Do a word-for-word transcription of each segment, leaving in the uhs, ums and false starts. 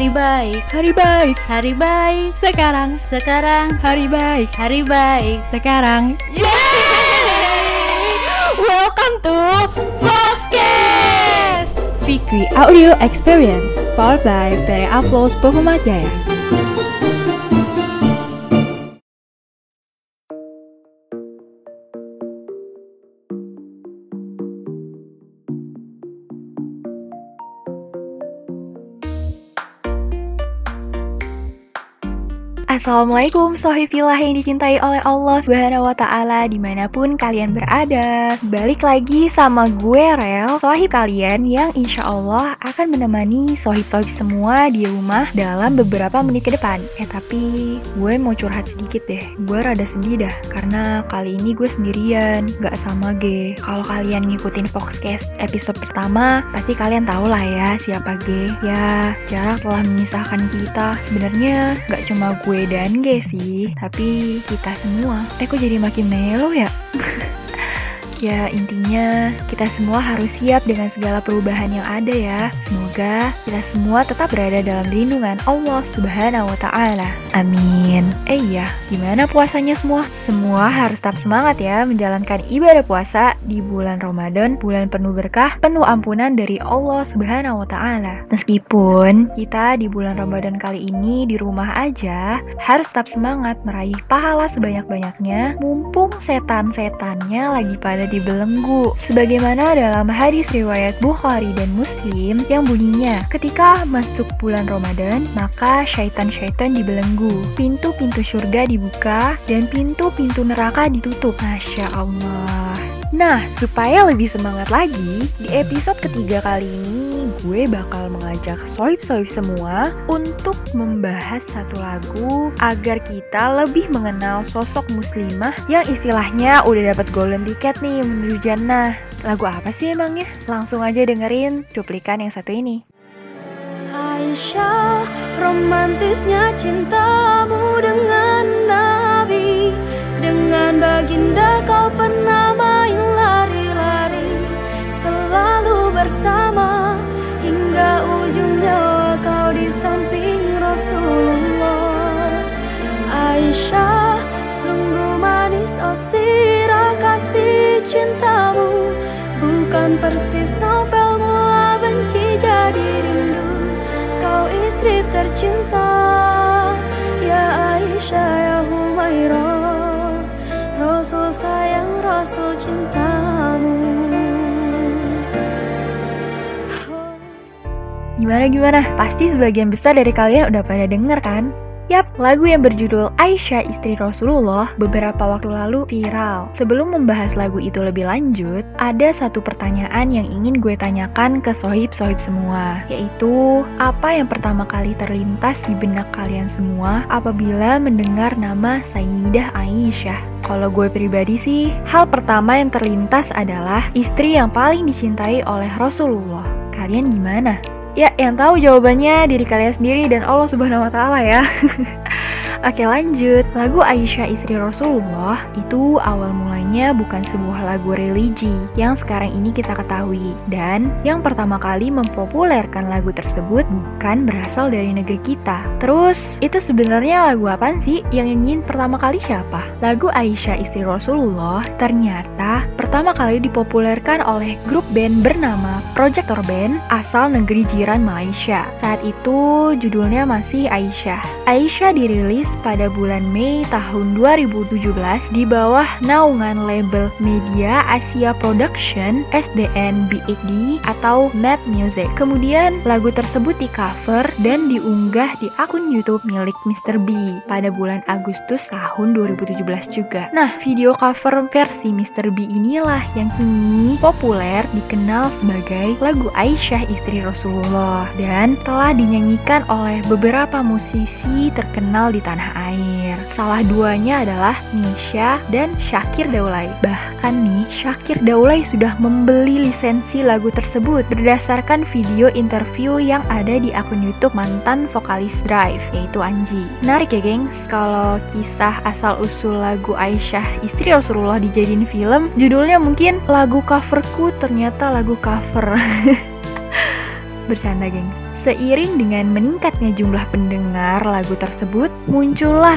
Hari baik, hari baik, hari baik, sekarang, sekarang, hari baik, hari baik, sekarang. Yeay! Welcome to Foxcast, Fikri Audio Experience, powered by P R A Flows Performa Jaya. Assalamualaikum sohibillah yang dicintai oleh Allah Subhanahu wa Ta'ala dimanapun kalian berada. Balik lagi sama gue Rel, sohib kalian yang insya Allah akan menemani sohib-sohib semua di rumah dalam beberapa menit ke depan. Eh tapi gue mau curhat sedikit deh. Gue rada sedih dah karena kali ini gue sendirian, gak sama G. Kalau kalian ngikutin Foxcast episode pertama, pasti kalian tahu lah ya siapa G. Ya, jarak telah memisahkan kita. Sebenarnya gak cuma gue dan G sih, tapi kita semua. Eh kok jadi makin melo ya? Ya intinya kita semua harus siap dengan segala perubahan yang ada ya. Semoga kita semua tetap berada dalam lindungan Allah Subhanahu wa Ta'ala. Amin. Eh iya, gimana puasanya semua? Semua harus tetap semangat ya menjalankan ibadah puasa di bulan Ramadan, bulan penuh berkah, penuh ampunan dari Allah Subhanahu wa Ta'ala. Meskipun kita di bulan Ramadan kali ini di rumah aja, harus tetap semangat meraih pahala sebanyak-banyaknya mumpung setan-setannya lagi pada dibelenggu. Sebagaimana dalam hadis riwayat Bukhari dan Muslim yang bunyinya, ketika masuk bulan Ramadan, maka syaitan-syaitan dibelenggu, pintu-pintu surga dibuka, dan pintu-pintu neraka ditutup. Masya Allah. Nah, supaya lebih semangat lagi, di episode ketiga kali ini gue bakal mengajak sohib-sohib semua untuk membahas satu lagu agar kita lebih mengenal sosok muslimah yang istilahnya udah dapat golden ticket nih menuju jannah. Lagu apa sih emangnya? Langsung aja dengerin cuplikan yang satu ini. Aisyah, romantisnya cintamu dengan Nabi, dengan baginda kau pernah main lari-lari, selalu bersama hingga ujung nyawa kau di samping Rasulullah. Aisyah, sungguh manis oh sirah kasih cintamu, bukan persis novel mula benci jadi rindu. Kau istri tercinta, ya Aisyah ya Humairah, Rasul sayang Rasul cintamu. Gimana-gimana? Pasti sebagian besar dari kalian udah pada denger kan? Yap, lagu yang berjudul Aisyah Istri Rasulullah beberapa waktu lalu viral. Sebelum membahas lagu itu lebih lanjut, ada satu pertanyaan yang ingin gue tanyakan ke sohib-sohib semua, yaitu apa yang pertama kali terlintas di benak kalian semua apabila mendengar nama Sayyidah Aisyah? Kalau gue pribadi sih, hal pertama yang terlintas adalah istri yang paling dicintai oleh Rasulullah. Kalian gimana? Ya, yang tahu jawabannya diri kalian sendiri dan Allah Subhanahu wa Ta'ala ya. Oke lanjut, lagu Aisyah Istri Rasulullah itu awal mulanya bukan sebuah lagu religi yang sekarang ini kita ketahui. Dan yang pertama kali mempopulerkan lagu tersebut bukan berasal dari negeri kita. Terus, itu sebenarnya lagu apaan sih? Yang nyanyiin pertama kali siapa? Lagu Aisyah Istri Rasulullah ternyata pertama kali dipopulerkan oleh grup band bernama Projector Band asal negeri jiran Malaysia. Saat itu judulnya masih Aisyah. Aisyah dirilis pada bulan Mei tahun dua ribu tujuh belas di bawah naungan label Media Asia Production S D N B A D atau Map Music. Kemudian lagu tersebut di cover dan diunggah di akun YouTube milik mister B pada bulan Agustus tahun dua ribu tujuh belas juga. Nah, video cover versi mister B inilah yang kini populer dikenal sebagai lagu Aisyah Istri Rasulullah dan telah dinyanyikan oleh beberapa musisi terkenal di tanah air. Salah duanya adalah Nisha dan Syakir Daulay. Bahkan nih, Syakir Daulay sudah membeli lisensi lagu tersebut berdasarkan video interview yang ada di akun YouTube mantan vokalis Drive, yaitu Anji. Menarik ya gengs, kalau kisah asal-usul lagu Aisyah Istri Rasulullah dijadiin film, judulnya mungkin Lagu Coverku Ternyata Lagu Cover. Bercanda gengs. Seiring dengan meningkatnya jumlah pendengar lagu tersebut, muncullah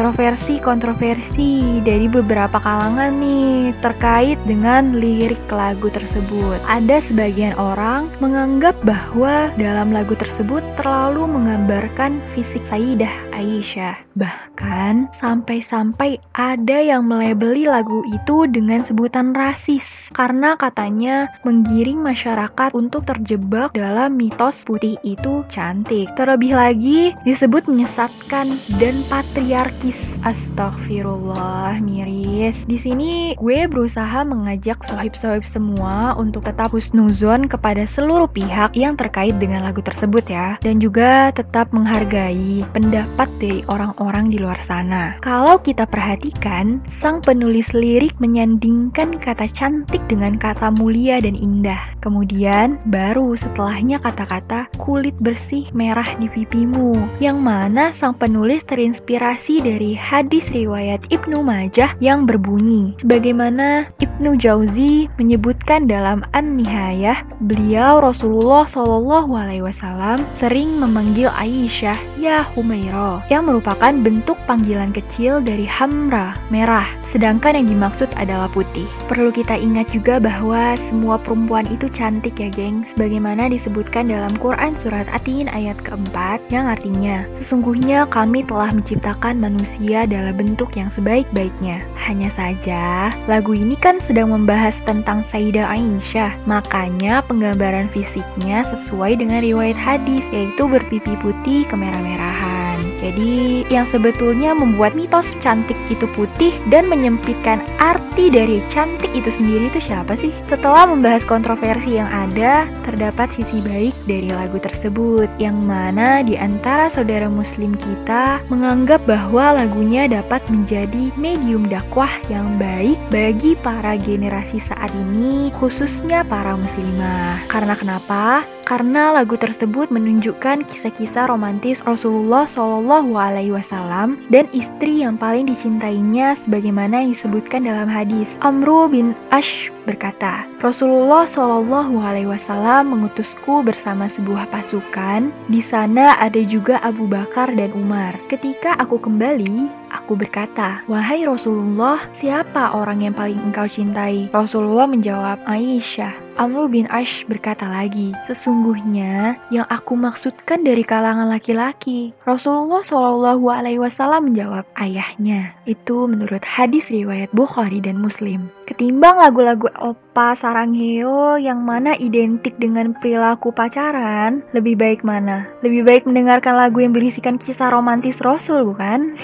kontroversi-kontroversi dari beberapa kalangan nih terkait dengan lirik lagu tersebut. Ada sebagian orang menganggap bahwa dalam lagu tersebut terlalu menggambarkan fisik Sayyidah Aisyah. Bahkan sampai-sampai ada yang melabeli lagu itu dengan sebutan rasis karena katanya menggiring masyarakat untuk terjebak dalam mitos putih itu cantik. Terlebih lagi disebut menyesatkan dan patriarkis. Astagfirullah, miris. Di sini gue berusaha mengajak sohib-sohib semua untuk tetap husnuzon kepada seluruh pihak yang terkait dengan lagu tersebut ya, dan juga tetap menghargai pendapat dari orang-orang di luar sana. Kalau kita perhatikan, sang penulis lirik menyandingkan kata cantik dengan kata mulia dan indah. Kemudian baru setelahnya kata-kata kulit bersih merah di pipimu, yang mana sang penulis terinspirasi dari hadis riwayat Ibnu Majah yang berbunyi sebagaimana Ibnu Jauzi menyebutkan dalam An-Nihayah, beliau Rasulullah Shallallahu Alaihi Wasallam sering memanggil Aisyah ya Humaira, yang merupakan bentuk panggilan kecil dari hamra, merah, sedangkan yang dimaksud adalah putih. Perlu kita ingat juga bahwa semua perempuan itu cantik ya geng, sebagaimana disebutkan dalam Quran surat At-Tin ayat keempat, yang artinya sesungguhnya kami telah menciptakan manusia dalam bentuk yang sebaik-baiknya. Hanya saja lagu ini kan sedang membahas tentang Sayyidah Aisyah, makanya penggambaran fisiknya sesuai dengan riwayat hadis, yaitu berpipi putih kemerah-merahan. Jadi yang sebetulnya membuat mitos cantik itu putih dan menyempitkan arti dari cantik itu sendiri itu siapa sih? Setelah membahas kontroversi yang ada, terdapat sisi baik dari lagu tersebut, yang mana di antara saudara muslim kita menganggap bahwa lagunya dapat menjadi medium dakwah yang baik bagi para generasi saat ini, khususnya para muslimah. Karena kenapa? Karena lagu tersebut menunjukkan kisah-kisah romantis Rasulullah Shallallahu Alaihi Wasallam dan istri yang paling dicintainya, sebagaimana yang disebutkan dalam hadis. Amru bin Ash berkata, Rasulullah Shallallahu Alaihi Wasallam mengutusku bersama sebuah pasukan. Di sana ada juga Abu Bakar dan Umar. Ketika aku kembali, aku berkata, wahai Rasulullah, siapa orang yang paling engkau cintai? Rasulullah menjawab, Aisyah. Amru bin Ash berkata lagi, sesungguhnya yang aku maksudkan dari kalangan laki-laki. Rasulullah Shallallahu Alaihi Wasallam menjawab, ayahnya. Itu menurut hadis riwayat Bukhari dan Muslim. Ketimbang lagu-lagu Oppa Sarangheo yang mana identik dengan perilaku pacaran, lebih baik mana? Lebih baik mendengarkan lagu yang berisikan kisah romantis Rasul, bukan?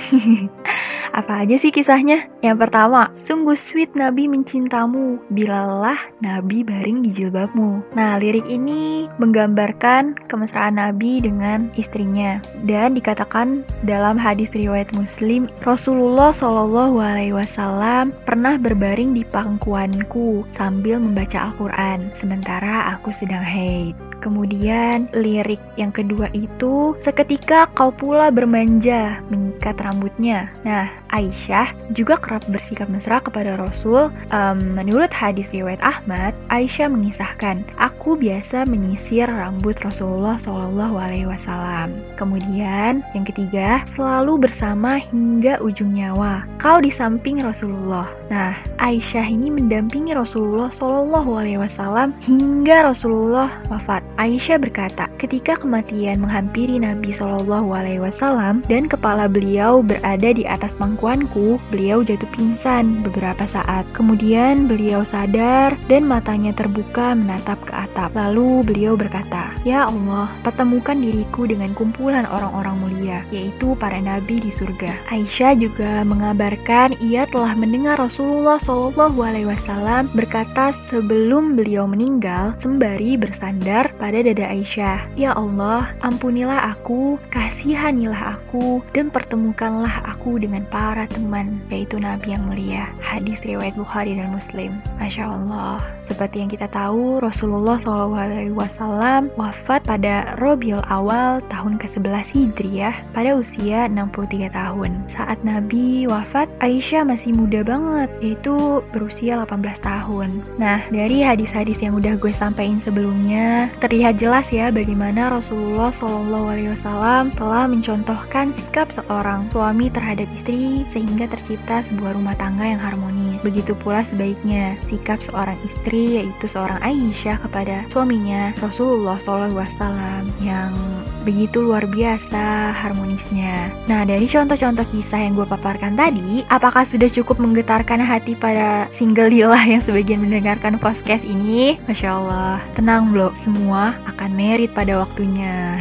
Apa aja sih kisahnya? Yang pertama, sungguh sweet Nabi mencintamu, bilalah Nabi baring di jilbabmu. Nah, lirik ini menggambarkan kemesraan Nabi dengan istrinya. Dan dikatakan dalam hadis riwayat Muslim, Rasulullah Shallallahu Alaihi Wasallam pernah berbaring di pangkuanku sambil membaca Al-Quran, sementara aku sedang haid. Kemudian lirik yang kedua itu, seketika kau pula bermanja mengikat rambutnya. Nah, Aisyah juga kerap bersikap mesra kepada Rasul. Um, menurut hadis riwayat Ahmad, Aisyah mengisahkan, aku biasa menyisir rambut Rasulullah Shallallahu Alaihi Wasallam. Kemudian yang ketiga, selalu bersama hingga ujung nyawa. Kau di samping Rasulullah. Nah, Aisyah ini mendampingi Rasulullah Shallallahu Alaihi Wasallam hingga Rasulullah wafat. Aisyah berkata, ketika kematian menghampiri Nabi Shallallahu Alaihi Wasallam dan kepala beliau berada di atas pangkuanku, beliau jatuh pingsan beberapa saat. Kemudian beliau sadar dan matanya terbuka menatap ke atap. Lalu beliau berkata, ya Allah, pertemukan diriku dengan kumpulan orang-orang mulia, yaitu para nabi di surga. Aisyah juga mengabarkan ia telah mendengar Rasulullah Shallallahu Alaihi Wasallam berkata sebelum beliau meninggal sembari bersandar pada dada Aisyah, ya Allah, ampunilah aku, kasihanilah aku, dan pertemukanlah aku dengan para teman, yaitu Nabi yang mulia. Hadis riwayat Bukhari dan Muslim. Masya Allah. Seperti yang kita tahu, Rasulullah shallallahu alaihi wasallam wafat pada Rabiul Awal tahun kesebelas Hijriah pada usia enam puluh tiga tahun. Saat Nabi wafat, Aisyah masih muda banget, yaitu berusia delapan belas tahun. Nah, dari hadis-hadis yang udah gue sampaikan sebelumnya, terlihat jelas ya bagaimana mana Rasulullah shallallahu alaihi wasallam telah mencontohkan sikap seorang suami terhadap istri sehingga tercipta sebuah rumah tangga yang harmonis. Begitu pula sebaiknya sikap seorang istri, yaitu seorang Aisyah kepada suaminya Rasulullah shallallahu alaihi wasallam yang begitu luar biasa harmonisnya. Nah, dari contoh-contoh kisah yang gue paparkan tadi, apakah sudah cukup menggetarkan hati para single Lila yang sebagian mendengarkan podcast ini? Masya Allah, tenang bro, semua akan merit pada waktunya.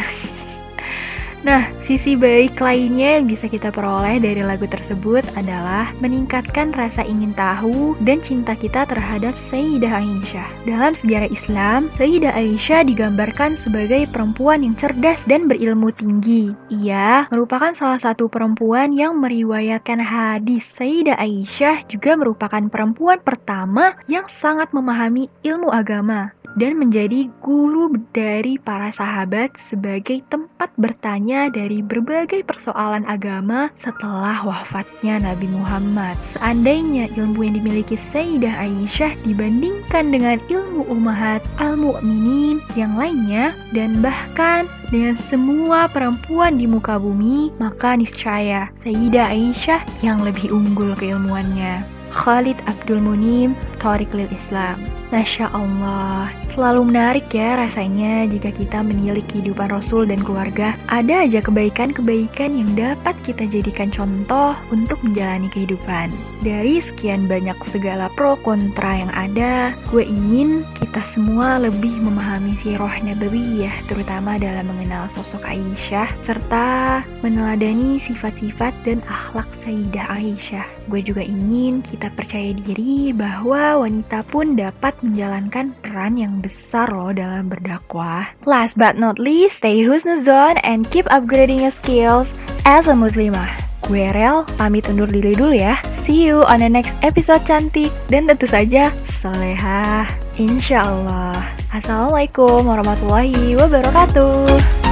Nah, sisi baik lainnya yang bisa kita peroleh dari lagu tersebut adalah meningkatkan rasa ingin tahu dan cinta kita terhadap Sayyidah Aisyah. Dalam sejarah Islam, Sayyidah Aisyah digambarkan sebagai perempuan yang cerdas dan berilmu tinggi. Ia merupakan salah satu perempuan yang meriwayatkan hadis. Sayyidah Aisyah juga merupakan perempuan pertama yang sangat memahami ilmu agama dan menjadi guru dari para sahabat sebagai tempat bertanya dari berbagai persoalan agama setelah wafatnya Nabi Muhammad. Seandainya ilmu yang dimiliki Sayyidah Aisyah dibandingkan dengan ilmu ummahat al-mu'minin yang lainnya dan bahkan dengan semua perempuan di muka bumi, maka niscaya Sayyidah Aisyah yang lebih unggul keilmuannya. Khalid Abdul Munim, Thariq lil Islam. Masya Allah, selalu menarik ya rasanya jika kita menilik kehidupan Rasul dan keluarga. Ada aja kebaikan-kebaikan yang dapat kita jadikan contoh untuk menjalani kehidupan. Dari sekian banyak segala pro kontra yang ada, gue ingin kita semua lebih memahami sirah nabawiyah, terutama dalam mengenal sosok Aisyah, serta meneladani sifat-sifat dan akhlak Sayyidah Aisyah. Gue juga ingin kita percaya diri bahwa wanita pun dapat menjalankan peran yang besar loh dalam berdakwah. Last but not least, stay husnuzon and keep upgrading your skills as a muslimah. Gue Rel, pamit undur diri dulu ya. See you on the next episode cantik dan tentu saja solehah. Insya Allah. Assalamualaikum warahmatullahi wabarakatuh.